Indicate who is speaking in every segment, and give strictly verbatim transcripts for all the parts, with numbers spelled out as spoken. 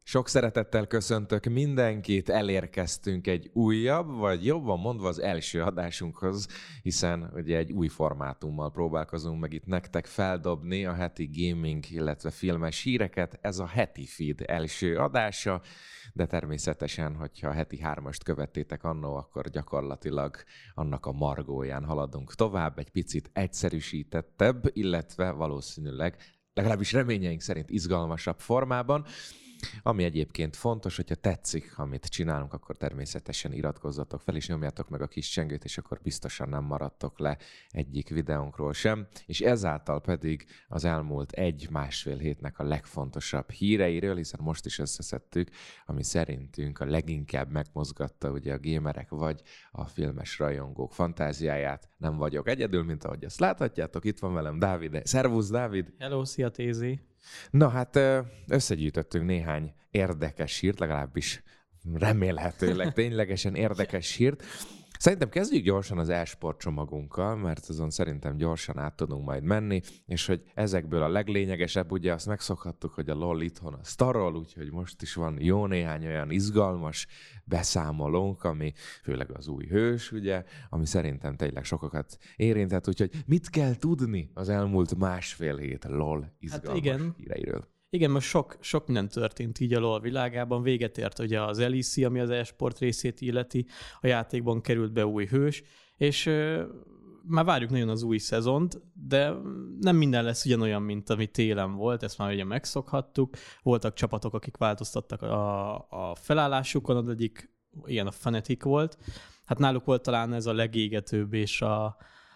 Speaker 1: Sok szeretettel köszöntök mindenkit, elérkeztünk egy újabb, vagy jobban mondva az első adásunkhoz, hiszen ugye egy új formátummal próbálkozunk meg itt nektek feldobni a heti gaming, illetve filmes híreket. Ez a heti feed első adása, de természetesen, hogyha a heti hármast követtétek annó, akkor gyakorlatilag annak a margóján haladunk tovább, egy picit egyszerűsítettebb, illetve valószínűleg legalábbis reményeink szerint izgalmasabb formában. Ami egyébként fontos, hogyha tetszik, amit csinálunk, akkor természetesen iratkozzatok fel, és nyomjátok meg a kis csengőt, és akkor biztosan nem maradtok le egyik videónkról sem. És ezáltal pedig az elmúlt egy-másfél hétnek a legfontosabb híreiről, hiszen most is összeszedtük, ami szerintünk a leginkább megmozgatta ugye a gémerek vagy a filmes rajongók fantáziáját. Nem vagyok egyedül, mint ahogy azt láthatjátok, itt van velem Dávid. Szervusz, Dávid!
Speaker 2: Hello, szia Tézi!
Speaker 1: Na hát összegyűjtöttünk néhány érdekes hírt, legalábbis remélhetőleg ténylegesen érdekes hírt. Szerintem kezdjük gyorsan az e-sport csomagunkkal, mert azon szerintem gyorsan át tudunk majd menni, és hogy ezekből a leglényegesebb, ugye azt megszokhattuk, hogy a LoL itthon a sztarol, úgyhogy most is van jó néhány olyan izgalmas beszámolónk, ami főleg az új hős, ugye, ami szerintem tényleg sokakat érintett, úgyhogy mit kell tudni az elmúlt másfél hét LoL izgalmas hát igen. híreiről?
Speaker 2: Igen, most sok, sok minden történt így a LoL világában. Véget ért ugye az el i cé, ami az e-sport részét illeti, a játékban került be új hős, és ö, már várjuk nagyon az új szezont, de nem minden lesz ugyanolyan, mint ami télen volt, ezt már ugye megszokhattuk. Voltak csapatok, akik változtattak a, a felállásukon, az egyik ilyen a Fnatic volt. Hát náluk volt talán ez a legégetőbb és a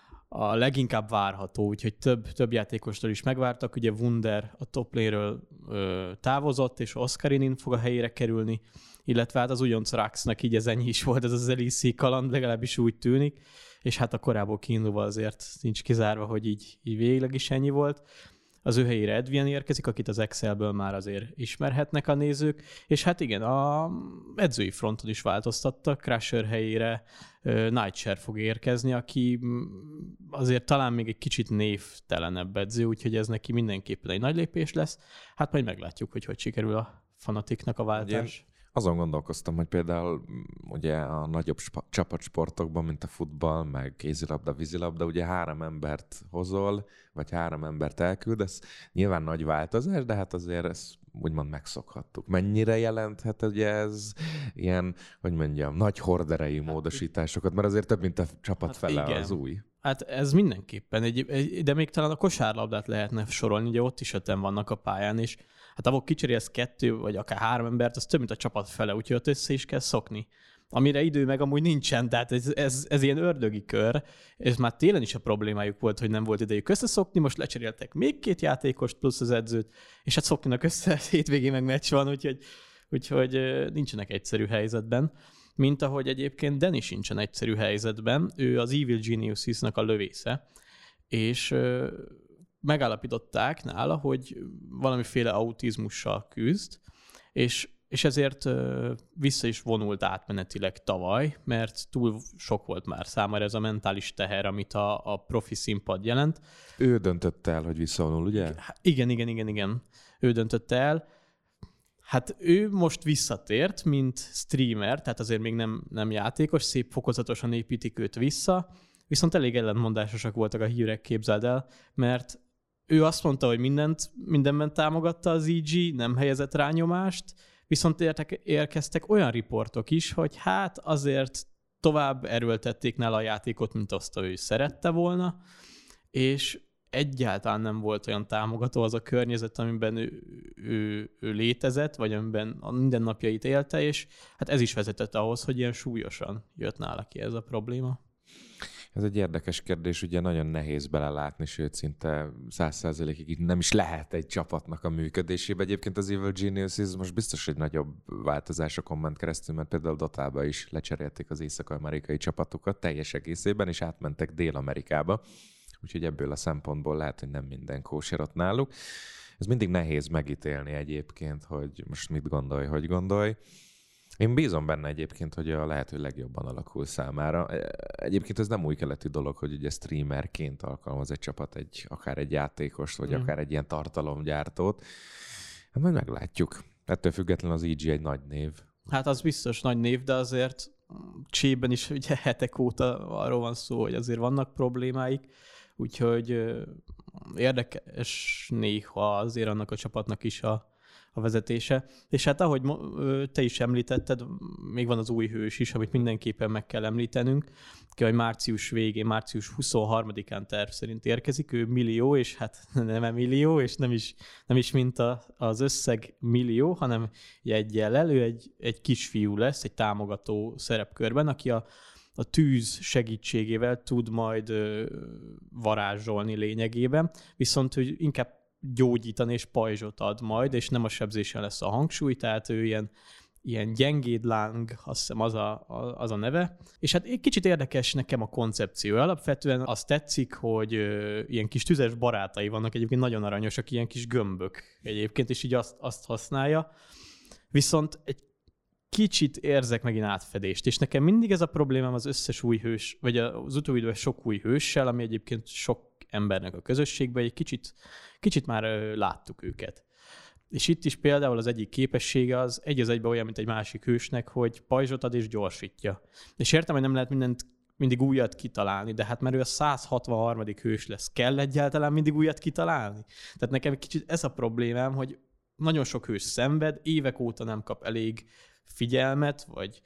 Speaker 2: a leginkább várható, úgyhogy több, több játékostól is megvártak. Ugye Wunder a top lane-ről ö, távozott, és Oscarinin fog a helyére kerülni, illetve hát az újonc Raxnak így ez ennyi is volt, ez az el i cé kaland, legalábbis úgy tűnik, és hát a korából kiindulva azért nincs kizárva, hogy így, így végleg is ennyi volt. Az ő helyére Edvian érkezik, akit az Excelből már azért ismerhetnek a nézők, és hát igen, a edzői fronton is változtattak, Crusher helyére Nightshare fog érkezni, aki azért talán még egy kicsit névtelenebb edző, úgyhogy ez neki mindenképpen egy nagy lépés lesz. Hát majd meglátjuk, hogy hogy sikerül a Fnaticnak a váltás.
Speaker 1: Ugye, azon gondolkoztam, hogy például ugye a nagyobb sp- csapatsportokban, mint a futball, meg kézilabda, vízilabda, ugye három embert hozol, vagy három embert elküldesz. Nyilván nagy változás, de hát azért ezt úgymond megszokhattuk. Mennyire jelenthet ugye ez ilyen, hogy mondjam, nagy horderejű módosításokat, mert azért több, mint a csapat hát fele igen. Az új.
Speaker 2: Hát ez mindenképpen, egy, egy, de még talán a kosárlabdát lehetne sorolni, ugye ott is öten vannak a pályán, és hát ahol kicserélsz kettő, vagy akár három embert, az több, mint a csapat fele, úgyhogy ott össze is kell szokni. Amire idő meg amúgy nincsen, tehát ez, ez, ez ilyen ördögi kör, és már télen is a problémájuk volt, hogy nem volt idejük összeszokni, most lecseréltek még két játékost plusz az edzőt, és hát szoknak össze, hétvégén meg meccs van, úgyhogy, úgyhogy nincsenek egyszerű helyzetben. Mint ahogy egyébként Danny sincsen egyszerű helyzetben, ő az Evil Geniuses-nak a lövésze, és megállapították nála, hogy valamiféle autizmussal küzd, és, és ezért vissza is vonult átmenetileg tavaly, mert túl sok volt már számára ez a mentális teher, amit a, a profi színpad jelent.
Speaker 1: Ő döntötte el, hogy visszavonul, ugye?
Speaker 2: Igen, igen, igen, igen. Ő döntötte el. Hát ő most visszatért, mint streamer, tehát azért még nem, nem játékos, szép fokozatosan építik őt vissza, viszont elég ellentmondásosak voltak a hírek, képzeld el, mert ő azt mondta, hogy mindent, mindenben támogatta az í gé, nem helyezett rá nyomást, viszont értek, érkeztek olyan riportok is, hogy hát azért tovább erőltették nála a játékot, mint azt, ő szerette volna, és egyáltalán nem volt olyan támogató az a környezet, amiben ő, ő, ő létezett, vagy amiben a mindennapjait élte, és hát ez is vezetett ahhoz, hogy ilyen súlyosan jött nála ki ez a probléma.
Speaker 1: Ez egy érdekes kérdés, ugye nagyon nehéz belelátni, sőt szinte száz százalékig nem is lehet egy csapatnak a működésébe. Egyébként az Evil Geniuses most biztos, hogy nagyobb változásokon ment keresztül, mert például Dotába is lecserélték az észak-amerikai csapatokat teljes egészében, és átmentek Dél-Amerikába. Úgyhogy ebből a szempontból lehet, hogy nem minden kóser ott náluk. Ez mindig nehéz megítélni egyébként, hogy most mit gondolj, hogy gondolj. Én bízom benne egyébként, hogy a lehető legjobban alakul számára. Egyébként ez nem új keletű dolog, hogy ugye streamerként alkalmaz egy csapat egy, akár egy játékost, vagy mm. akár egy ilyen tartalomgyártót. Hát majd meglátjuk. Ettől függetlenül az í gé egy nagy név.
Speaker 2: Hát az biztos nagy név, de azért Csében is ugye hetek óta arról van szó, hogy azért vannak problémáik, úgyhogy érdekes néha azért annak a csapatnak is a, a vezetése. És hát ahogy te is említetted, még van az új hős is, amit mindenképpen meg kell említenünk, ki, hogy március végén, március huszonharmadikán terv szerint érkezik, ő millió, és hát nem millió, és nem is, nem is mint a, az összeg millió, hanem jeggyel ő egy, egy kisfiú lesz, egy támogató szerepkörben, aki a, a tűz segítségével tud majd ö, varázsolni lényegében, viszont hogy inkább gyógyítani és pajzsot ad majd, és nem a sebzésen lesz a hangsúly, tehát ő ilyen, ilyen gyengédláng, azt hiszem az a, az a neve. És hát egy kicsit érdekes nekem a koncepció. Alapvetően azt tetszik, hogy ö, ilyen kis tüzes barátai vannak, egyébként nagyon aranyosak, ilyen kis gömbök egyébként, és így azt, azt használja. Viszont egy kicsit érzek megint átfedést, és nekem mindig ez a problémám az összes új hős, vagy az utóbbi időben sok új hőssel, ami egyébként sok embernek a közösségben, egy kicsit, kicsit már láttuk őket. És itt is például az egyik képessége az egy az egyben olyan, mint egy másik hősnek, hogy pajzsot ad és gyorsítja. És értem, hogy nem lehet mindent mindig újat kitalálni, de hát mert ő a száz hatvanharmadik hős lesz. Kell egyáltalán mindig újat kitalálni? Tehát nekem egy kicsit ez a problémám, hogy nagyon sok hős szenved, évek óta nem kap elég figyelmet, vagy,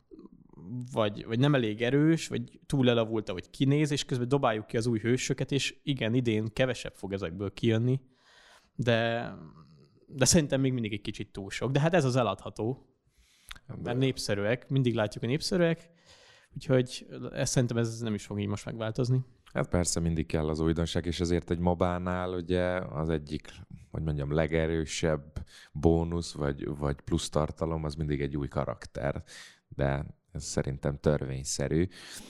Speaker 2: vagy, vagy nem elég erős, vagy túl elavult, ahogy kinéz, és közben dobáljuk ki az új hősöket, és igen, idén kevesebb fog ezekből kijönni, de, de szerintem még mindig egy kicsit túl sok. De hát ez az eladható, mert népszerűek, mindig látjuk, hogy népszerűek, úgyhogy ezt szerintem ez nem is fog így most megváltozni.
Speaker 1: Hát persze mindig kell az újdonság, és ezért egy mobánál ugye az egyik, hogy mondjam, legerősebb bónusz, vagy, vagy plusz tartalom, az mindig egy új karakter. De ez szerintem törvényszerű.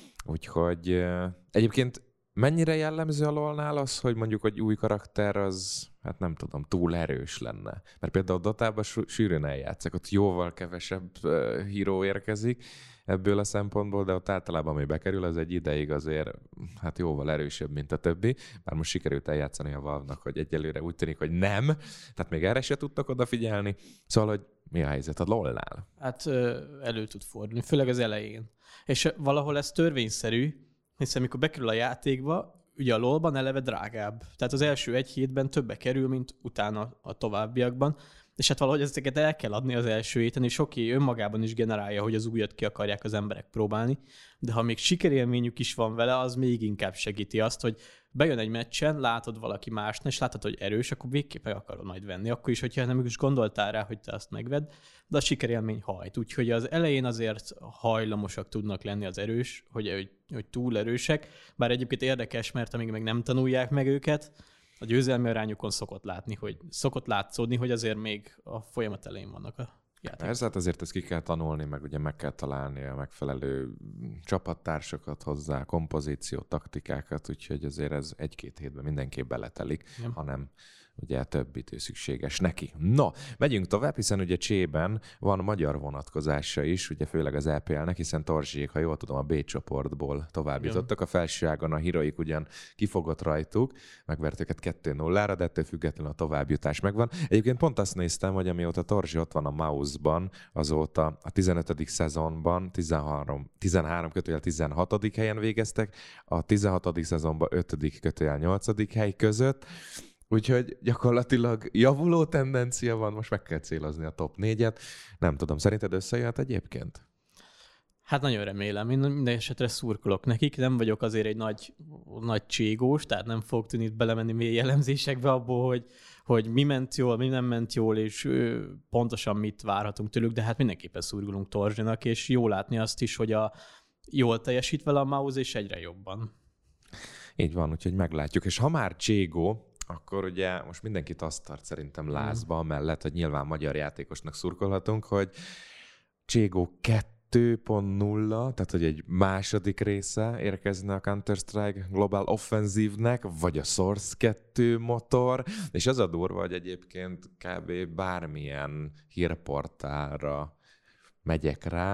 Speaker 1: Úgyhogy egyébként mennyire jellemző a lolnál az, hogy mondjuk egy új karakter az, hát nem tudom, túl erős lenne. Mert például a Dotában sűrűn eljátszak, ott jóval kevesebb uh, híró érkezik ebből a szempontból, de ott általában, ami bekerül, az egy ideig azért hát jóval erősebb, mint a többi. Bár most sikerült eljátszani a Valve-nak, hogy egyelőre úgy tűnik, hogy nem. Tehát még erre se tudtak odafigyelni. Szóval, hogy mi a helyzet a lolnál?
Speaker 2: Hát elő tud fordulni, főleg az elején. És valahol ez törvényszerű, hiszen amikor bekerül a játékba, ugye a lolban eleve drágább. Tehát az első egy hétben többe kerül, mint utána a továbbiakban. És hát valahogy ezeket el kell adni az első héten, és oké, önmagában is generálja, hogy az újat ki akarják az emberek próbálni, de ha még sikerélményük is van vele, az még inkább segíti azt, hogy bejön egy meccsen, látod valaki másnak, és látod, hogy erős, akkor végképp meg akarod majd venni. Akkor is, hogyha nem is gondoltál rá, hogy te azt megvedd, de a sikerélmény hajt. Úgyhogy az elején azért hajlamosak tudnak lenni az erős, hogy, hogy, hogy túl erősek, bár egyébként érdekes, mert amíg meg nem tanulják meg őket, a győzelmi arányukon szokott látni, hogy szokott látszódni, hogy azért még a folyamat elején vannak a játékok.
Speaker 1: Persze, hát azért ezt ki kell tanulni, meg ugye meg kell találni a megfelelő csapattársakat hozzá, kompozíciót, taktikákat, úgyhogy azért ez egy-két hétben mindenképp beletelik, ja. hanem ugye több idő szükséges neki. No, megyünk tovább, hiszen ugye Csében van magyar vonatkozása is, ugye főleg az é pé el-nek, hiszen Torzsiék, ha jól tudom, a B csoportból tovább jutottak. A felsőágon a Heroic ugyan kifogott rajtuk, megvert őket kettő nullára, de ettől függetlenül a továbbjutás megvan. Egyébként pont azt néztem, hogy amióta Torzsi ott van a Mouse-ban, azóta a tizenötödik szezonban tizenhárom, tizenhárom kötőjel tizenhatodik helyen végeztek, a tizenhatodik szezonban ötödik kötőjel nyolcadik hely között. Úgyhogy gyakorlatilag javuló tendencia van, most meg kell célozni a top négyet. Nem tudom, szerinted összejöhet egyébként?
Speaker 2: Hát nagyon remélem. Én minden esetre szurkolok nekik. Nem vagyok azért egy nagy, nagy cségós, tehát nem fogok tudni belemenni mély jellemzésekbe abból, hogy, hogy mi ment jól, mi nem ment jól, és pontosan mit várhatunk tőlük, de hát mindenképpen szurkolunk Torzsinak, és jó látni azt is, hogy a jól teljesít vele a Mouse, és egyre jobban.
Speaker 1: Így van, úgyhogy meglátjuk. És ha már cségó, akkor ugye most mindenkit azt tart szerintem lázba, mellett, hogy nyilván magyar játékosnak szurkolhatunk, hogy Cségó kettő pont nulla, tehát hogy egy második része érkezne a Counter-Strike Global Offensive-nek, vagy a Source kettő motor, és az a durva, hogy egyébként kb. Bármilyen hírportálra megyek rá,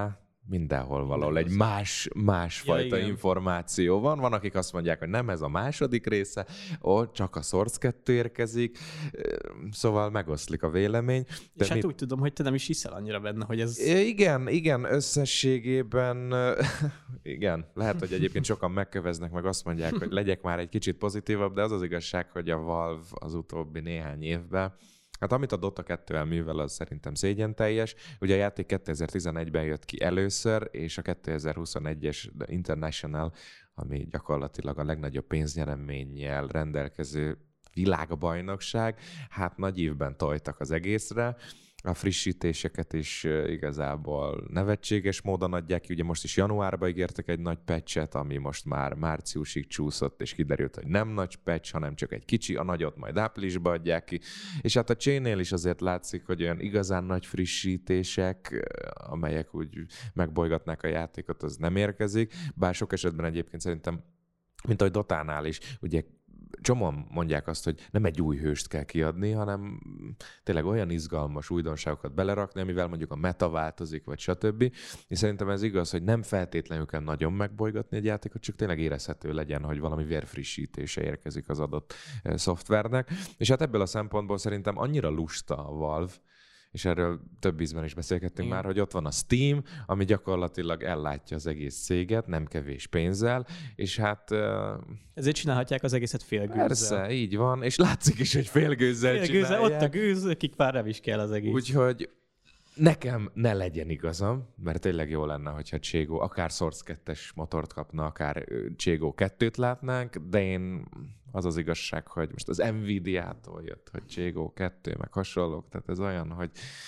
Speaker 1: mindenhol valahol egy más, másfajta ja, információ van. Van, akik azt mondják, hogy nem ez a második része, ó, csak a Source kettő érkezik, szóval megoszlik a vélemény.
Speaker 2: És de hát mit... úgy tudom, hogy te nem is hiszel annyira benne, hogy ez...
Speaker 1: Igen, igen, összességében, igen, lehet, hogy egyébként sokan megköveznek, meg azt mondják, hogy legyek már egy kicsit pozitívabb, de az az igazság, hogy a Valve az utóbbi néhány évben, hát amit a Dota kettővel művel, az szerintem szégyenteljes. Ugye a játék kétezer-tizenegyben jött ki először, és a kétezer-huszonegyes International, ami gyakorlatilag a legnagyobb pénznyereménnyel rendelkező világbajnokság, hát nagy évben tojtak az egészre. A frissítéseket is igazából nevetséges módon adják ki. Ugye most is januárban ígértek egy nagy patchet, ami most már márciusig csúszott, és kiderült, hogy nem nagy patch, hanem csak egy kicsi, a nagyot majd áprilisba adják ki. És hát a Chain-nél is azért látszik, hogy olyan igazán nagy frissítések, amelyek úgy megbolygatnák a játékot, az nem érkezik. Bár sok esetben egyébként szerintem, mint ahogy Dotánál is, ugye csomóan mondják azt, hogy nem egy új hőst kell kiadni, hanem tényleg olyan izgalmas újdonságokat belerakni, amivel mondjuk a meta változik, vagy stb. És szerintem ez igaz, hogy nem feltétlenül kell nagyon megbolygatni egy játékot, csak tényleg érezhető legyen, hogy valami vérfrissítése érkezik az adott szoftvernek. És hát ebből a szempontból szerintem annyira lusta a Valve, és erről több ízben is beszélgettünk Igen. már, hogy ott van a Steam, ami gyakorlatilag ellátja az egész céget, nem kevés pénzzel, és hát...
Speaker 2: Ezért csinálhatják az egészet félgőzzel.
Speaker 1: Persze, így van, és látszik is, hogy félgőzzel fél csinálják.
Speaker 2: Ott a gőz, akik már nem is kell az egész.
Speaker 1: Úgyhogy nekem ne legyen igazam, mert tényleg jó lenne, hogyha Cségó akár Source kettes motort kapna, akár Cségó kettőt látnánk, de én... Az az igazság, hogy most az Nvidia-tól jött, hogy Cségó kettő, meg hasonlók, tehát ez olyan, hogy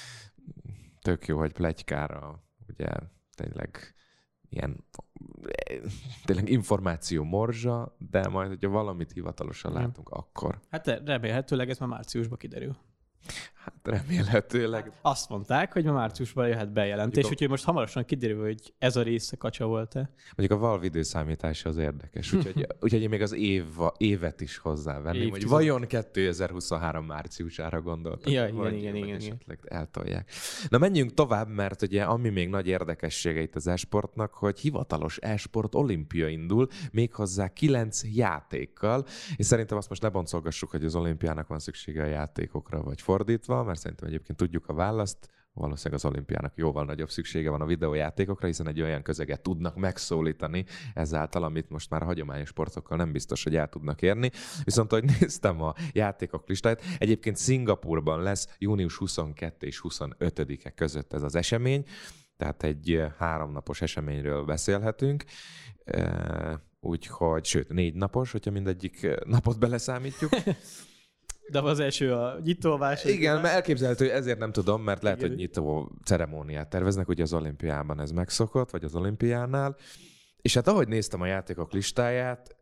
Speaker 1: tök jó, hogy pletykára, ugye tényleg ilyen tényleg információ morzsa, de majd, hogyha valamit hivatalosan látunk, hmm. akkor.
Speaker 2: Hát remélhetőleg ez már márciusban kiderül.
Speaker 1: Hát remélhetőleg. Hát
Speaker 2: azt mondták, hogy ma márciusban jöhet bejelentés, úgyhogy most hamarosan kiderül, hogy ez a része kacsa volt-e.
Speaker 1: Mondjuk a Valve időszámítása az érdekes, úgyhogy, úgyhogy én még az év, évet is hozzávenném, hogy vajon kétezer-huszonhárom márciusára gondoltak.
Speaker 2: Ja, igen,
Speaker 1: vagy,
Speaker 2: igen,
Speaker 1: vagy
Speaker 2: igen,
Speaker 1: esetleg igen. eltolják. Na menjünk tovább, mert ugye ami még nagy érdekessége itt az e-sportnak, hogy hivatalos e-sport olimpia indul, méghozzá kilenc játékkal, és szerintem azt most ne boncolgassuk, hogy az olimpiának van szüksége a játékokra, vagy fordítva, mert szerintem egyébként tudjuk a választ. Valószínűleg az olimpiának jóval nagyobb szüksége van a videójátékokra, hiszen egy olyan közeget tudnak megszólítani ezáltal, amit most már a hagyományos sportokkal nem biztos, hogy el tudnak érni. Viszont, ahogy néztem a játékok listáját, egyébként Szingapurban lesz június huszonkettő és huszonötödike között ez az esemény, tehát egy háromnapos eseményről beszélhetünk. Úgyhogy, sőt, négy napos, hogyha mindegyik napot beleszámítjuk.
Speaker 2: De az első a nyitóvás.
Speaker 1: Igen, mert elképzelhető, ezért nem tudom, mert lehet, Igen. hogy nyitó ceremóniát terveznek, ugye az olimpiában ez megszokott, vagy az olimpiánál. És hát ahogy néztem a játékok listáját...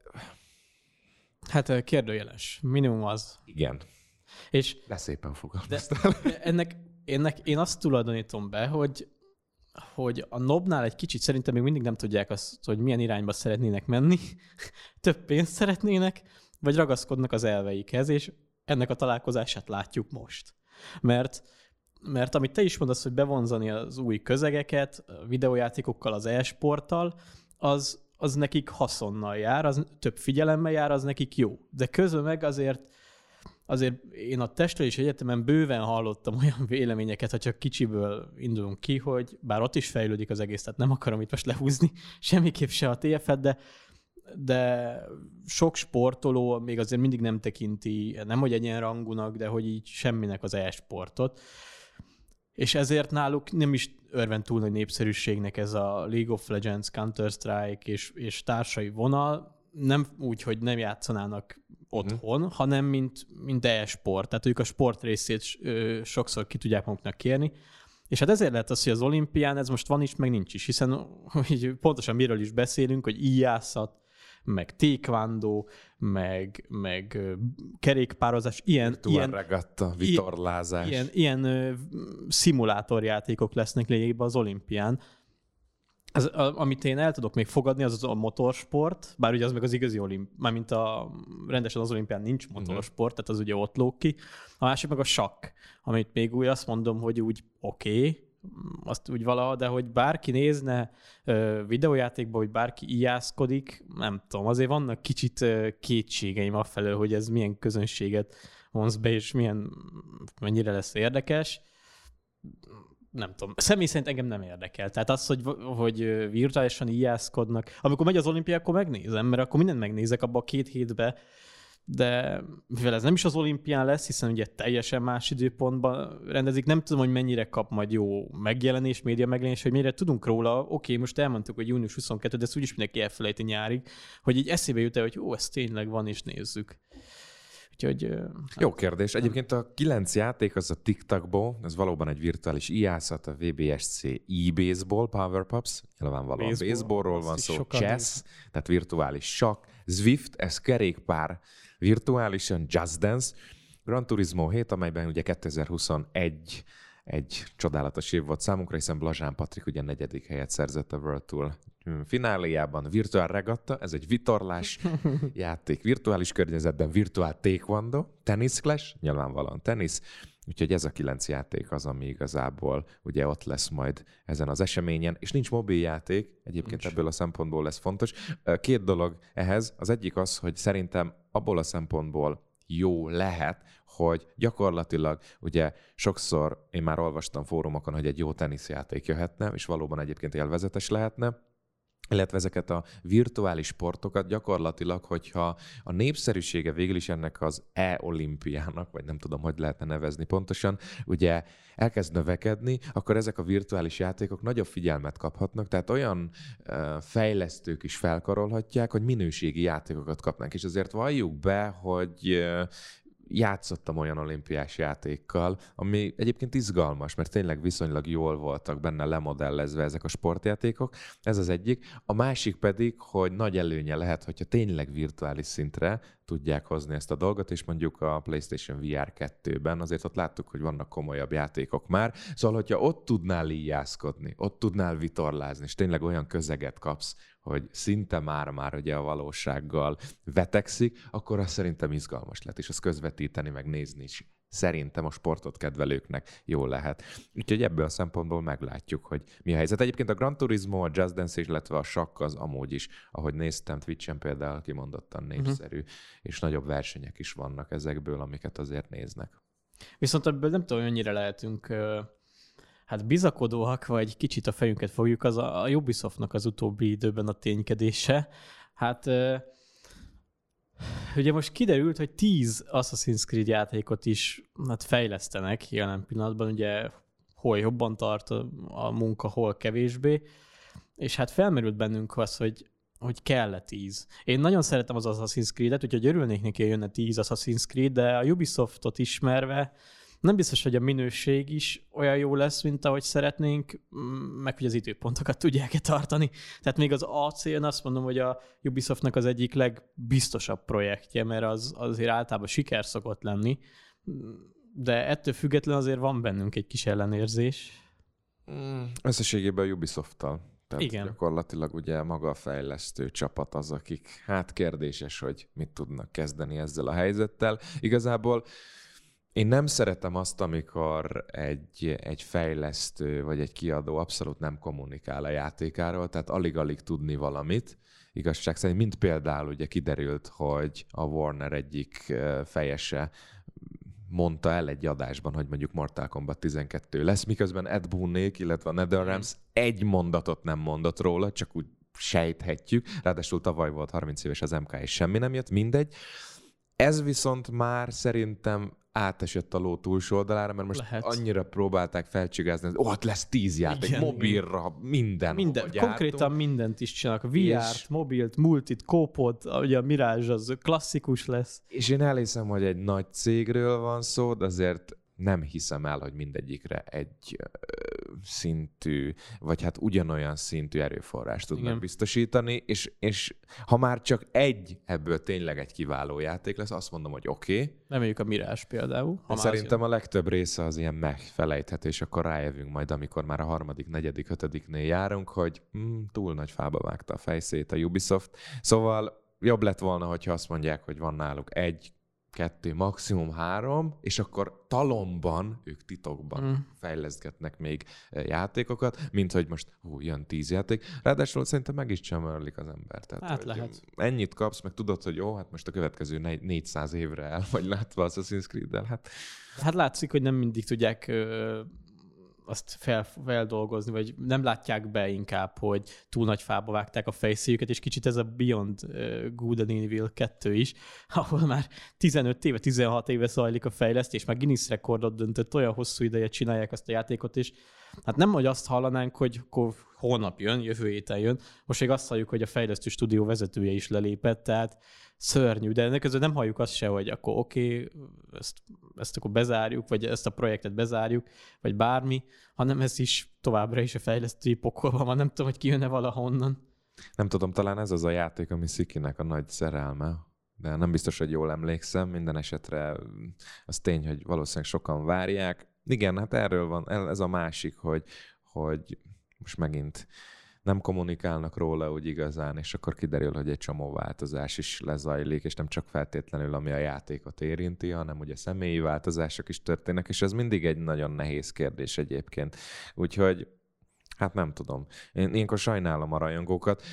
Speaker 2: Hát kérdőjeles. Minimum az.
Speaker 1: Igen.
Speaker 2: És
Speaker 1: de szépen fogalmaztál.
Speaker 2: De, de ennek, ennek én azt tulajdonítom be, hogy, hogy a nobnál egy kicsit szerintem még mindig nem tudják azt, hogy milyen irányba szeretnének menni. Több pénzt szeretnének, vagy ragaszkodnak az elveikhez, és ennek a találkozását látjuk most. Mert, mert amit te is mondasz, hogy bevonzani az új közegeket, a videójátékokkal, az e-sporttal, az, az nekik haszonnal jár, az több figyelemmel jár, az nekik jó. De közben meg azért, azért én a testről és egyetemen bőven hallottam olyan véleményeket, ha csak kicsiből indulunk ki, hogy bár ott is fejlődik az egész, tehát nem akarom itt most lehúzni semmiképp se a té ef-et, de de sok sportoló még azért mindig nem tekinti, nem hogy egyenrangúnak, de hogy így semminek az e-sportot. És ezért náluk nem is örvend túl nagy népszerűségnek ez a League of Legends, Counter-Strike és, és társai vonal, nem úgy, hogy nem játszanának otthon, mm. hanem mint, mint e-sport. Tehát ők a sport részét ö, sokszor ki tudják maguknak kérni. És hát ezért lehet az, hogy az olimpián ez most van is, meg nincs is, hiszen hogy pontosan miről is beszélünk, hogy íjászat, meg taekwondo, meg, meg kerékpározás, ilyen, ilyen
Speaker 1: regatta, vitorlázás.
Speaker 2: Ilyen, ilyen ö, szimulátorjátékok lesznek lényegében az olimpián. Az, a, amit én el tudok még fogadni, az, az a motorsport, bár ugye az meg az igazi olimpián, mármint a rendesen az olimpián nincs motorsport, tehát az ugye ott lóg ki. A másik meg a sakk, amit még úgy azt mondom, hogy úgy oké, okay, azt úgy valaha, de hogy bárki nézne ö, videójátékban, hogy bárki ijászkodik, nem tudom, azért vannak kicsit ö, kétségeim afelől, hogy ez milyen közönséget vonz be, és milyen, mennyire lesz érdekes. Nem tudom, személy szerint engem nem érdekel. Tehát az, hogy, hogy virtuálisan ijászkodnak. Amikor megy az olimpia, akkor megnézem, mert akkor mindent megnézek abba a két hétbe, de mivel ez nem is az olimpián lesz, hiszen ugye teljesen más időpontban rendezik, nem tudom, hogy mennyire kap majd jó megjelenés, média megjelenés, hogy mennyire tudunk róla. Oké, okay, most elmondtuk, hogy június huszonkettő, de ezt úgyis mindenki elfelejti nyárig, hogy így eszébe jut el, hogy jó, ez tényleg van, és nézzük. Úgyhogy,
Speaker 1: jó kérdés. Egyébként a kilenc játék az a TikTokból, ez valóban egy virtuális ijászat, a vé bé es cé e-baseball, Power Pups, nyilvánvalóan baseball, baseballról van szó, chess, néz. Tehát virtuális sakk, Zwift, ez kerékpár, virtuálisan Just Dance, Gran Turismo hét, amelyben ugye kétezer-huszonegy egy csodálatos év volt számunkra, hiszen Blazsán Patrik ugye negyedik helyet szerzett a World Tour fináléjában. Virtuál regatta, ez egy vitorlás játék, virtuális környezetben, virtuál taekwondo, tennis clash, nyilvánvalóan tenisz, úgyhogy ez a kilenc játék az, ami igazából ugye ott lesz majd ezen az eseményen, és nincs mobiljáték, egyébként nincs. Ebből a szempontból lesz fontos. Két dolog ehhez, az egyik az, hogy szerintem abból a szempontból jó lehet, hogy gyakorlatilag ugye sokszor én már olvastam fórumokon, hogy egy jó teniszjáték jöhetne, és valóban egyébként élvezetes lehetne, illetve ezeket a virtuális sportokat gyakorlatilag, hogyha a népszerűsége végül is ennek az e-olimpiának, vagy nem tudom, hogy lehetne nevezni pontosan, ugye elkezd növekedni, akkor ezek a virtuális játékok nagyobb figyelmet kaphatnak, tehát olyan uh, fejlesztők is felkarolhatják, hogy minőségi játékokat kapnánk. És azért valljuk be, hogy uh, játszottam olyan olimpiás játékkal, ami egyébként izgalmas, mert tényleg viszonylag jól voltak benne lemodellezve ezek a sportjátékok. Ez az egyik. A másik pedig, hogy nagy előnye lehet, hogyha tényleg virtuális szintre tudják hozni ezt a dolgot, és mondjuk a PlayStation vé er kettőben azért ott láttuk, hogy vannak komolyabb játékok már. Szóval, hogyha ott tudnál íjászkodni, ott tudnál vitorlázni, és tényleg olyan közeget kapsz, hogy szinte már-már ugye a valósággal vetekszik, akkor az szerintem izgalmas lett, és azt közvetíteni, meg nézni is szerintem a sportot kedvelőknek jó lehet. Úgyhogy ebből a szempontból meglátjuk, hogy mi a helyzet. Egyébként a Gran Turismo, a Just Dance, illetve a sakk az amúgy is, ahogy néztem Twitch-en például, kimondottan népszerű, uh-huh. és nagyobb versenyek is vannak ezekből, amiket azért néznek.
Speaker 2: Viszont ebből nem tudom, hogy annyira lehetünk hát bizakodóak, vagy kicsit a fejünket fogjuk, az a, a Ubisoftnak az utóbbi időben a ténykedése. Hát ugye most kiderült, hogy tíz Assassin's Creed játékot is hát fejlesztenek jelen pillanatban, ugye hol jobban tart a, a munka, hol kevésbé, és hát felmerült bennünk az, hogy, hogy kell-e tíz. Én nagyon szeretem az Assassin's Creed-et, úgyhogy örülnék neki, hogy jönne tíz Assassin's Creed, de a Ubisoftot ismerve nem biztos, hogy a minőség is olyan jó lesz, mint ahogy szeretnénk, meg hogy az időpontokat tudják-e tartani. Tehát még az A céln azt mondom, hogy a Ubisoftnak az egyik legbiztosabb projektje, mert az azért általában siker szokott lenni, de ettől függetlenül azért van bennünk egy kis ellenérzés.
Speaker 1: Mm, összességében a Ubisofttal. Tehát
Speaker 2: igen.
Speaker 1: Gyakorlatilag ugye maga a fejlesztő csapat az, akik hát kérdéses, hogy mit tudnak kezdeni ezzel a helyzettel. Igazából én nem szeretem azt, amikor egy, egy fejlesztő vagy egy kiadó abszolút nem kommunikál a játékáról, tehát alig-alig tudni valamit. Igazság szerint, mint például ugye kiderült, hogy a Warner egyik fejese mondta el egy adásban, hogy mondjuk Mortal Kombat tizenkettő lesz, miközben Ed Boonék, illetve a NetherRealms egy mondatot nem mondott róla, csak úgy sejthetjük. Ráadásul tavaly volt harminc éves az em ká, és semmi nem jött, mindegy. Ez viszont már szerintem átesett a ló túlsó oldalára, mert most lehet. Annyira próbálták felcsigázni, hogy ott lesz tíz játék, igen, mobilra, minden.
Speaker 2: minden konkrétan mindent is csinálnak. vé er-t, és... mobilt, multit, kópot, ugye a Mirage az klasszikus lesz.
Speaker 1: És én elhiszem, hogy egy nagy cégről van szó, de azért nem hiszem el, hogy mindegyikre egy ö, szintű, vagy hát ugyanolyan szintű erőforrást tudnak igen. biztosítani, és, és ha már csak egy ebből tényleg egy kiváló játék lesz, azt mondom, hogy oké. Okay.
Speaker 2: Reméljük a Mirage például.
Speaker 1: Szerintem a legtöbb része az ilyen megfelejthető, és akkor rájövünk majd, amikor már a harmadik, negyedik, ötödiknél járunk, hogy mm, túl nagy fába vágta a fejszét a Ubisoft. Szóval jobb lett volna, hogyha azt mondják, hogy van náluk egy kettő, maximum három, és akkor talomban, ők titokban mm. fejlesztgetnek még játékokat, mint hogy most hú, jön tíz játék. Ráadásul szerintem meg is csömörlik az ember. Tehát,
Speaker 2: hát lehet.
Speaker 1: Ennyit kapsz, meg tudod, hogy jó, hát most a következő négyszáz évre el vagy látva Assassin's Creed-del. Hát...
Speaker 2: hát látszik, hogy nem mindig tudják ö, azt fel, feldolgozni, vagy nem látják be inkább, hogy túl nagy fába vágták a fejszéjüket, és kicsit ez a Beyond Good and Evil kettő is, ahol már tizenöt éve, tizenhat éve zajlik a fejlesztés, már Guinness rekordot döntött, olyan hosszú ideje csinálják ezt a játékot, és hát nem, hogy azt hallanánk, hogy akkor holnap jön, jövő héten jön, most még azt halljuk, hogy a fejlesztő stúdió vezetője is lelépett, tehát szörnyű, de ennek közben nem halljuk azt se, hogy akkor oké, okay, ezt, ezt akkor bezárjuk, vagy ezt a projektet bezárjuk, vagy bármi, hanem ez is továbbra is a fejlesztői pokolban van, nem tudom, hogy kijönne valahonnan.
Speaker 1: Nem tudom, talán ez az a játék, ami Szikinek a nagy szerelme, de nem biztos, hogy jól emlékszem, minden esetre az tény, hogy valószínűleg sokan várják. Igen, hát erről van, ez a másik, hogy, hogy most megint nem kommunikálnak róla úgy igazán, és akkor kiderül, hogy egy csomó változás is lezajlik, és nem csak feltétlenül, ami a játékot érinti, hanem ugye személyi változások is történnek, és ez mindig egy nagyon nehéz kérdés egyébként. Úgyhogy, hát nem tudom. Én ilyenkor sajnálom a rajongókat,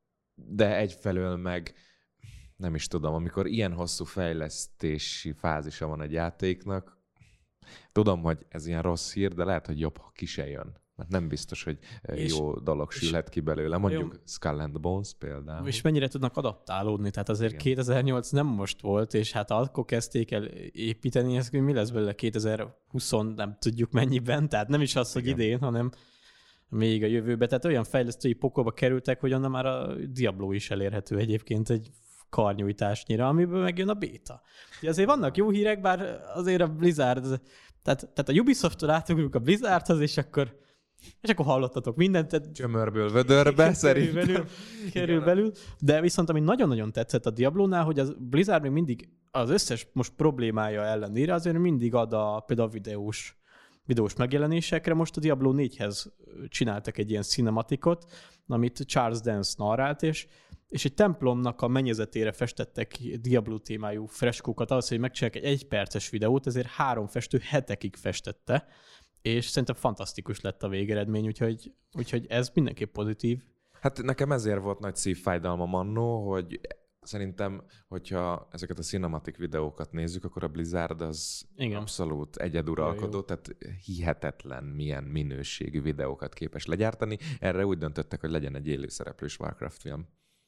Speaker 1: de egyfelől meg nem is tudom, amikor ilyen hosszú fejlesztési fázisa van egy játéknak, tudom, hogy ez ilyen rossz hír, de lehet, hogy jobb, ha ki se jön. Mert nem biztos, hogy és, jó dolog sülhet ki belőle. Mondjuk Skull and Bones például.
Speaker 2: És mennyire tudnak adaptálódni? Tehát azért igen. kétezer-nyolc nem most volt, és hát akkor kezdték el építeni, ez mi lesz belőle kétezer-húsz, nem tudjuk mennyiben, tehát nem is az, igen. hogy idén, hanem még a jövőben. Tehát olyan fejlesztői pokolba kerültek, hogy onnan már a Diablo is elérhető egyébként egy karnyújtásnyira, amiből megjön a béta. Ugye azért vannak jó hírek, bár azért a Blizzard, tehát, tehát a Ubisoft-tól átugrunk a Blizzardhoz, és akkor És akkor hallottatok mindent. Tehát...
Speaker 1: Csömörből vödörbe, szerintem.
Speaker 2: Körülbelül, körülbelül. De viszont ami nagyon-nagyon tetszett a Diablónál, hogy a Blizzard még mindig az összes most problémája ellenére azért mindig ad a például a videós, videós megjelenésekre. Most a Diablo négyhez csináltak egy ilyen cinematikot, amit Charles Dance narrált, és, és egy templomnak a mennyezetére festettek Diablo témájú freskókat, ahhoz, hogy megcsinálják egy egyperces videót, ezért három festő hetekig festette, és szerintem fantasztikus lett a végeredmény, úgyhogy, úgyhogy ez mindenképp pozitív.
Speaker 1: Hát nekem ezért volt nagy szívfájdalmam annó, hogy szerintem, hogyha ezeket a cinematic videókat nézzük, akkor a Blizzard az igen. abszolút egyeduralkodó, tehát hihetetlen milyen minőségű videókat képes legyártani. Erre úgy döntöttek, hogy legyen egy élőszereplős Warcraft film.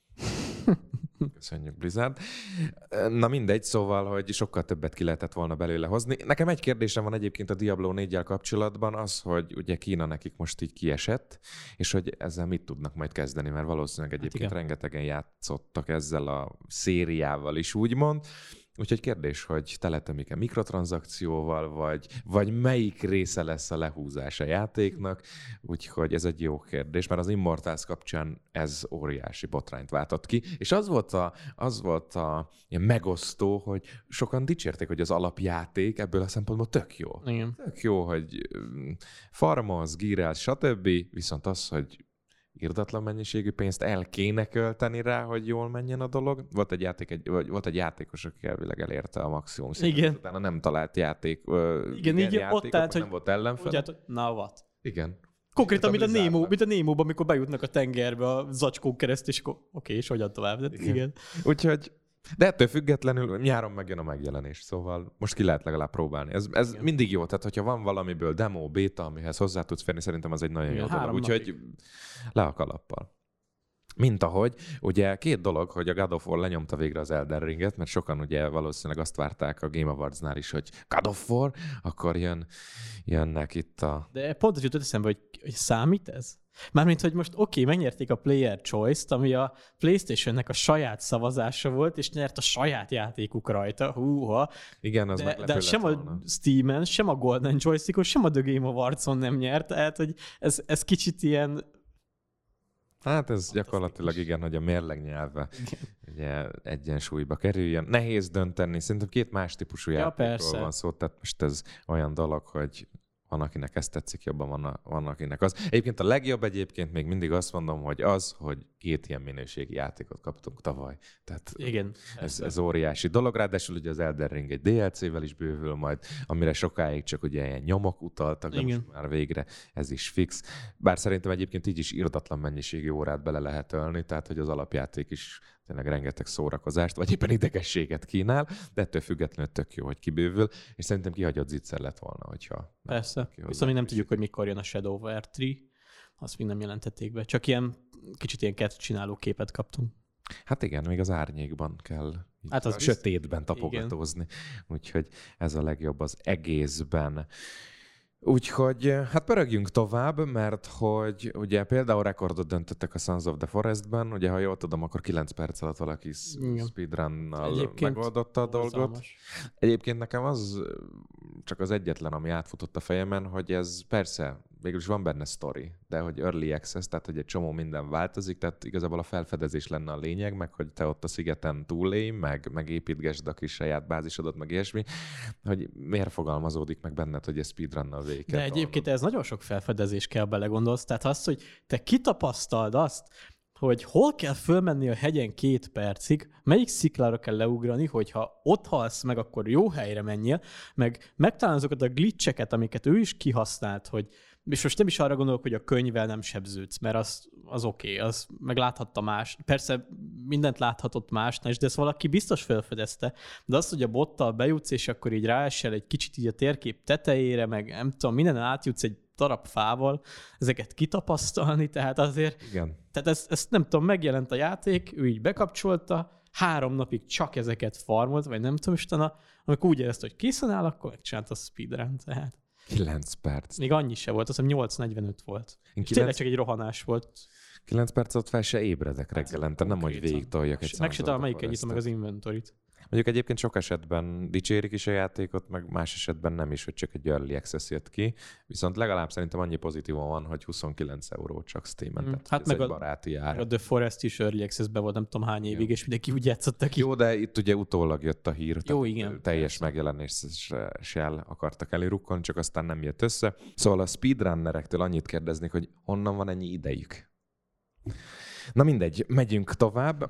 Speaker 1: Köszönjük, Blizzard. Na mindegy, szóval, hogy sokkal többet ki lehetett volna belőle hozni. Nekem egy kérdésem van egyébként a Diablo négyel kapcsolatban, az, hogy ugye Kína nekik most így kiesett, és hogy ezzel mit tudnak majd kezdeni, mert valószínűleg egyébként hát rengetegen játszottak ezzel a szériával is, úgymond. Úgyhogy kérdés, hogy teletömik-e mikrotranszakcióval, vagy, vagy melyik része lesz a lehúzás a játéknak, úgyhogy ez egy jó kérdés, mert az Immortals kapcsán ez óriási botrányt váltott ki, és az volt a, az volt a ilyen megosztó, hogy sokan dicsérték, hogy az alapjáték ebből a szempontból tök jó.
Speaker 2: Igen.
Speaker 1: Tök jó, hogy farmolsz, gírelsz, stb., viszont az, hogy irdatlan mennyiségű pénzt el kéne költeni rá, hogy jól menjen a dolog. Volt egy, játék, egy, vagy volt egy játékos, aki elvileg elérte a maximum szintet.
Speaker 2: Igen.
Speaker 1: Utána nem talált játék,
Speaker 2: igen, igen, így játékot, ott tehát, hogy
Speaker 1: nem volt ellenfele.
Speaker 2: Úgy na what?
Speaker 1: Igen.
Speaker 2: Konkrétan, mint a, Nemo, mint a Nemo-ban, amikor bejutnak a tengerbe a zacskók keresztül, és akkor oké, okay, és hogyan tovább? De, igen. igen.
Speaker 1: Úgyhogy, de ettől függetlenül nyáron megjön a megjelenés, szóval most ki lehet legalább próbálni. Ez, ez mindig jó, tehát hogyha van valamiből demo, beta, amihez hozzá tudsz férni, szerintem az egy nagyon igen, jó dolog. Úgyhogy le a kalappal. Mint ahogy, ugye két dolog, hogy a God of War lenyomta végre az Elden Ringet, mert sokan ugye valószínűleg azt várták a Game Awards-nál is, hogy God of War, akkor jön, jönnek itt a...
Speaker 2: De pont az jutott eszembe, hogy, hogy számít ez? Mármint, hogy most oké, okay, megnyerték a Player Choice-t, ami a PlayStation-nek a saját szavazása volt, és nyert a saját játékuk rajta. Húha.
Speaker 1: Igen, az
Speaker 2: de, de sem volna. A Steam-en, sem a Golden Joystick-on, sem a The Game Awards-on nem nyert, tehát hogy ez, ez kicsit ilyen...
Speaker 1: Hát ez gyakorlatilag igen, hogy a mérleg nyelve ugye egyensúlyba kerüljön. Nehéz dönteni, szerintem két más típusú ja, játékról persze. van szó, tehát most ez olyan dolog, hogy van, akinek ezt tetszik jobban, van, van akinek az. Egyébként a legjobb egyébként még mindig azt mondom, hogy az, hogy két ilyen minőségi játékot kaptunk tavaly. Tehát
Speaker 2: igen,
Speaker 1: ez, ez óriási dolog. Ráadásul ugye az Elden Ring egy dé el cé-vel is bővül majd, amire sokáig csak ugye ilyen nyomok utaltak, de igen. Most már végre ez is fix. Bár szerintem egyébként így is irdatlan mennyiségű órát bele lehet ölni, tehát hogy az alapjáték is tényleg rengeteg szórakozást, vagy éppen idegességet kínál, de ettől függetlenül tök jó, hogy kibővül, és szerintem kihagyott zicser lett volna, hogyha...
Speaker 2: Persze, viszont mi nem tudjuk, hogy mikor jön a Shadow of War három, azt még nem jelentették be. Csak ilyen kicsit ilyen kert csináló képet kaptunk.
Speaker 1: Hát igen, még az árnyékban kell
Speaker 2: hát az
Speaker 1: a sötétben tapogatózni. Igen. Úgyhogy ez a legjobb az egészben. Úgyhogy hát pörögjünk tovább, mert hogy ugye például rekordot döntöttek a Sons of the Forestben, ugye ha jól tudom, akkor kilenc perc alatt valaki speedrunnal megoldotta a dolgot. Szalmas. Egyébként nekem az csak az egyetlen, ami átfutott a fejemen, hogy ez persze, végülis van benne sztori, de hogy early access, tehát hogy egy csomó minden változik, tehát igazából a felfedezés lenne a lényeg, meg hogy te ott a szigeten túlélj, meg, meg építgesd a kis saját bázisodat, meg ilyesmi, hogy miért fogalmazódik meg benned, hogy ez speedrunnal végig.
Speaker 2: De egyébként ez nagyon sok felfedezés kell belegondolsz, tehát az, hogy te kitapasztald azt, hogy hol kell fölmenni a hegyen két percig, melyik sziklára kell leugrani, hogyha ott halsz meg, akkor jó helyre menjél, meg megtalálni azokat a glitcheket, amiket ő is kihasznált, hogy és most nem is arra gondolok, hogy a könyvvel nem sebződsz, mert az, az oké, okay, az meg láthatta más. Persze mindent láthatott másnál is, de ezt valaki biztos felfedezte. De az, hogy a bottal bejutsz, és akkor így ráesel egy kicsit így a térkép tetejére, meg nem tudom, mindenen átjutsz egy darab fával, ezeket kitapasztalni, tehát azért...
Speaker 1: Igen.
Speaker 2: Tehát ezt, ezt nem tudom, megjelent a játék, ő így bekapcsolta, három napig csak ezeket farmolt, vagy nem tudom, istana, amikor úgy érezte, hogy készen áll, akkor megcsinálta a speedrun, tehát...
Speaker 1: kilenc perc.
Speaker 2: Még annyi se volt, azt hiszem nyolc negyvenöt volt. kilenc... Tényleg csak egy rohanás volt.
Speaker 1: kilenc percot fel se ébredek reggelente, nem, hogy végig toljak egy
Speaker 2: meg se talán melyiket nyitom meg az inventorit.
Speaker 1: Mondjuk egyébként sok esetben dicsérik is a játékot, meg más esetben nem is, hogy csak egy early access jött ki. Viszont legalább szerintem annyi pozitívon van, hogy huszonkilenc euró csak Steam-en. Mm,
Speaker 2: tehát hát meg egy a, baráti ár. A The Forest is early access-ben volt, nem tudom hány évig, jó. És mindenki úgy játszottak ki.
Speaker 1: Jó, de itt ugye utólag jött a hír.
Speaker 2: Jó, igen.
Speaker 1: Teljes megjelenéssel akartak elirukkolni, csak aztán nem jött össze. Szóval a speedrunnerektől annyit kérdeznék, hogy honnan van ennyi idejük. Na mindegy, megyünk tovább.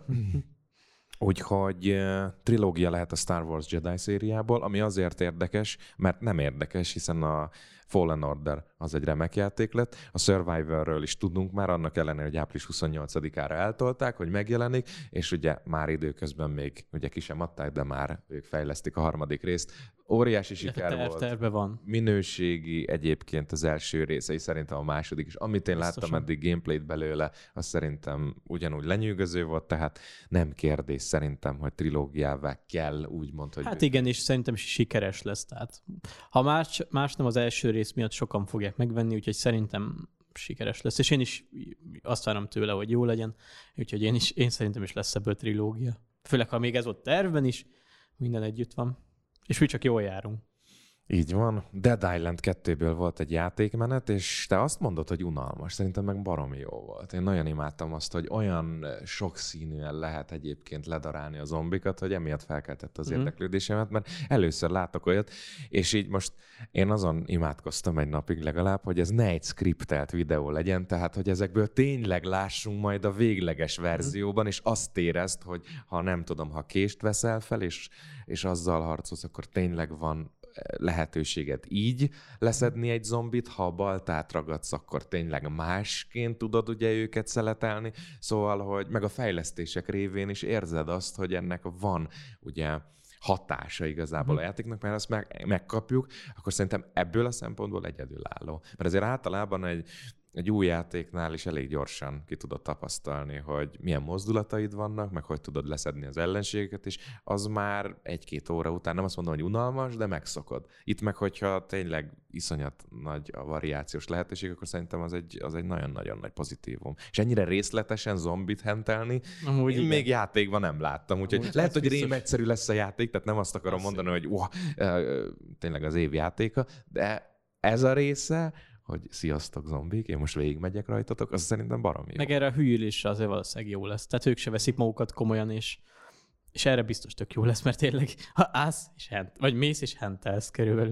Speaker 1: Úgyhogy uh, trilógia lehet a Star Wars Jedi szériából, ami azért érdekes, mert nem érdekes, hiszen a Fallen Order az egy remek játék lett. A Survivorről is tudunk már, annak ellenére, hogy április huszonnyolcadikára eltolták, hogy megjelenik, és ugye már időközben még ugye ki sem adták, de már ők fejlesztik a harmadik részt. Óriási siker
Speaker 2: terv,
Speaker 1: volt.
Speaker 2: Terve van.
Speaker 1: Minőségi egyébként az első részei, szerintem a második is. Amit én Biztosan. láttam eddig gameplayt belőle, az szerintem ugyanúgy lenyűgöző volt, tehát nem kérdés szerintem, hogy trilógiává kell, úgymond, hogy...
Speaker 2: Hát igen, és szerintem is sikeres lesz. Tehát, ha más, más nem az első rész miatt sokan fogják megvenni, úgyhogy szerintem sikeres lesz. És én is azt várom tőle, hogy jó legyen, úgyhogy én, is, én szerintem is lesz ebből trilógia. Főleg, ha még ez ott tervben is, minden együtt van. És mi csak jól járunk.
Speaker 1: Így van. Dead Island kettőből volt egy játékmenet, és te azt mondod, hogy unalmas. Szerintem meg baromi jó volt. Én nagyon imádtam azt, hogy olyan sokszínűen lehet egyébként ledarálni a zombikat, hogy emiatt felkeltett az mm. érdeklődésemet, mert először látok olyat, és így most én azon imádkoztam egy napig legalább, hogy ez ne egy skriptelt videó legyen, tehát hogy ezekből tényleg lássunk majd a végleges verzióban, és azt érezd, hogy ha nem tudom, ha kést veszel fel, és, és azzal harcolsz, akkor tényleg van lehetőséget így leszedni egy zombit, ha a baltát ragadsz, akkor tényleg másként tudod ugye őket szeletelni, szóval, hogy meg a fejlesztések révén is érzed azt, hogy ennek van ugye hatása igazából a játéknak, mert azt meg, megkapjuk, akkor szerintem ebből a szempontból egyedülálló. Mert azért általában egy egy új játéknál is elég gyorsan ki tudod tapasztalni, hogy milyen mozdulataid vannak, meg hogy tudod leszedni az ellenségeket, és az már egy-két óra után, nem azt mondom, hogy unalmas, de megszokod. Itt meg, hogyha tényleg iszonyat nagy a variációs lehetőség, akkor szerintem az egy, az egy nagyon-nagyon nagy pozitívum. És ennyire részletesen zombit hentelni, Amúgy én még játékban nem láttam, úgyhogy Amúgy lehet, hogy biztos... rém egyszerű lesz a játék, tehát nem azt akarom mondani, hogy uh, uh, tényleg az év játéka, de ez a része, hogy sziasztok zombik, én most végigmegyek rajtatok, az szerintem baromi jó.
Speaker 2: Meg erre a hűlésre azért valószínűleg jó lesz. Tehát ők se veszik magukat komolyan, és, és erre biztos tök jó lesz, mert tényleg ha állsz és hent, vagy mész és hentelsz körülbelül.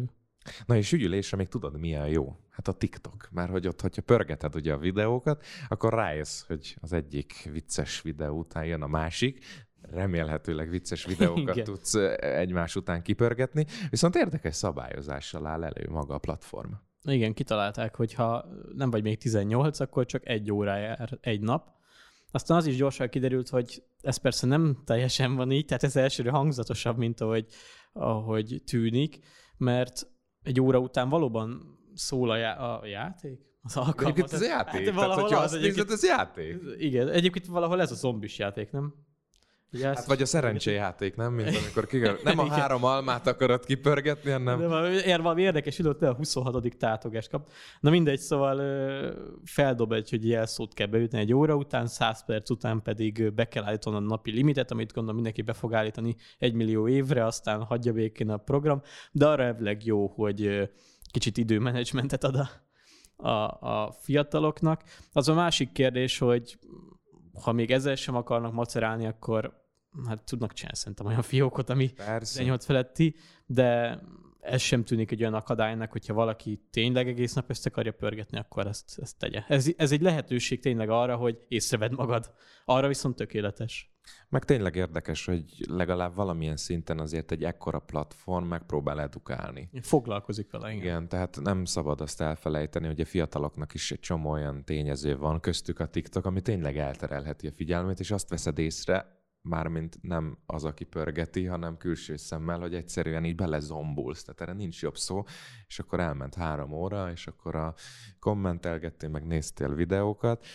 Speaker 1: Na és ügyülésre még tudod, milyen jó? Hát a TikTok. Mert hogy ott, hogyha pörgeted ugye a videókat, akkor rájössz, hogy az egyik vicces videó után jön a másik, remélhetőleg vicces videókat
Speaker 2: Igen.
Speaker 1: tudsz egymás után kipörgetni, viszont érdekes szabályozással áll elő maga a platform.
Speaker 2: Igen, kitalálták, hogy ha nem vagy még tizennyolc, akkor csak egy óra jár egy nap. Aztán az is gyorsan kiderült, hogy ez persze nem teljesen van így, tehát ez elsőre hangzatosabb, mint ahogy, ahogy tűnik, mert egy óra után valóban szól a, já- a játék? Az alkalmazás.
Speaker 1: Egyébként ez játék,
Speaker 2: Hát,
Speaker 1: tehát hogyha
Speaker 2: az
Speaker 1: azt nézed, ez játék.
Speaker 2: Igen, egyébként valahol ez a zombis játék, nem? Ugye
Speaker 1: Hát
Speaker 2: ezt-
Speaker 1: vagy a szerencséjáték, nem? Mint amikor kigör... Nem a
Speaker 2: Igen.
Speaker 1: három almát akarod kipörgetni, hanem...
Speaker 2: De valami, ér, valami érdekes időt, de a huszonhatodik tátogást kap. Na mindegy, szóval ö, feldob egy, hogy jelszót kell beütni egy óra után, száz perc után pedig ö, be kell állítani a napi limitet, amit gondolom mindenki be fog állítani egy millió évre, aztán hagyja békén a program, de arra elvileg jó, hogy ö, kicsit időmenedzsmentet ad a, a, a fiataloknak. Az a másik kérdés, hogy ha még ezzel sem akarnak macerálni, akkor hát tudnak csinálni szerintem olyan fiókot, ami tizennyolc feletti, de ez sem tűnik egy olyan akadálynak, hogyha valaki tényleg egész nap össze akarja pörgetni, akkor ezt, ezt tegye. Ez, ez egy lehetőség tényleg arra, hogy észrevedd magad. Arra viszont tökéletes.
Speaker 1: Meg tényleg érdekes, hogy legalább valamilyen szinten azért egy ekkora platform megpróbál edukálni.
Speaker 2: Foglalkozik vele, igen.
Speaker 1: Igen, tehát nem szabad azt elfelejteni, hogy a fiataloknak is egy csomó olyan tényező van, köztük a TikTok, ami tényleg elterelheti a figyelmét, és azt veszed észre, mármint nem az, aki pörgeti, hanem külső szemmel, hogy egyszerűen így belezombulsz, tehát erre nincs jobb szó, és akkor elment három óra, és akkor a kommentelgettél, meg néztél videókat,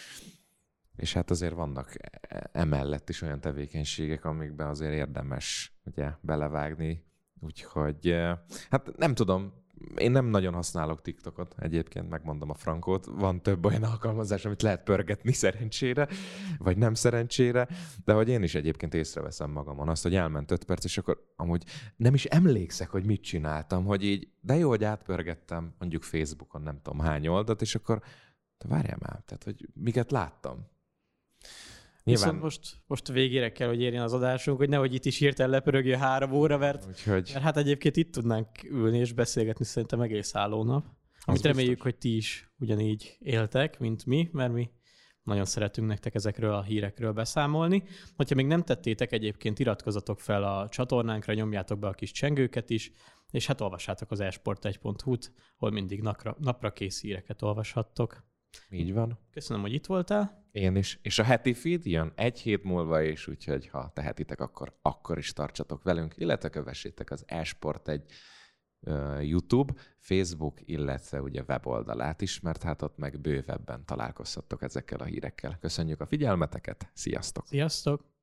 Speaker 1: és hát azért vannak emellett is olyan tevékenységek, amikben azért érdemes ugye belevágni, úgyhogy hát nem tudom, én nem nagyon használok TikTokot, egyébként megmondom a frankót, van több olyan alkalmazás, amit lehet pörgetni szerencsére, vagy nem szerencsére, de hogy én is egyébként észreveszem magamon azt, hogy elment öt perc, és akkor amúgy nem is emlékszek, hogy mit csináltam, hogy így, de jó, hogy átpörgettem mondjuk Facebookon nem tudom hány oldalt, és akkor te várjál már, tehát hogy miket láttam.
Speaker 2: Nyilván... Viszont most, most végére kell, hogy érjen az adásunk, hogy nehogy itt is hirtelen lepörögjön három óra, mert,
Speaker 1: Úgyhogy...
Speaker 2: mert hát egyébként itt tudnánk ülni és beszélgetni szerintem egész állónap. Amit reméljük, biztos, hogy ti is ugyanígy éltek, mint mi, mert mi nagyon szeretünk nektek ezekről a hírekről beszámolni. Hogyha még nem tettétek, egyébként iratkozzatok fel a csatornánkra, nyomjátok be a kis csengőket is, és hát olvassátok az e sport egy pont hu-t, ahol mindig napra, napra kész híreket olvashattok.
Speaker 1: Így van.
Speaker 2: Köszönöm, hogy itt voltál.
Speaker 1: Én is. És a heti feed jön egy hét múlva is, úgyhogy ha tehetitek, akkor, akkor is tartsatok velünk, illetve kövessétek az e sport egy uh, YouTube, Facebook, illetve ugye weboldalát is, mert hát ott meg bővebben találkozhattok ezekkel a hírekkel. Köszönjük a figyelmeteket, sziasztok!
Speaker 2: Sziasztok!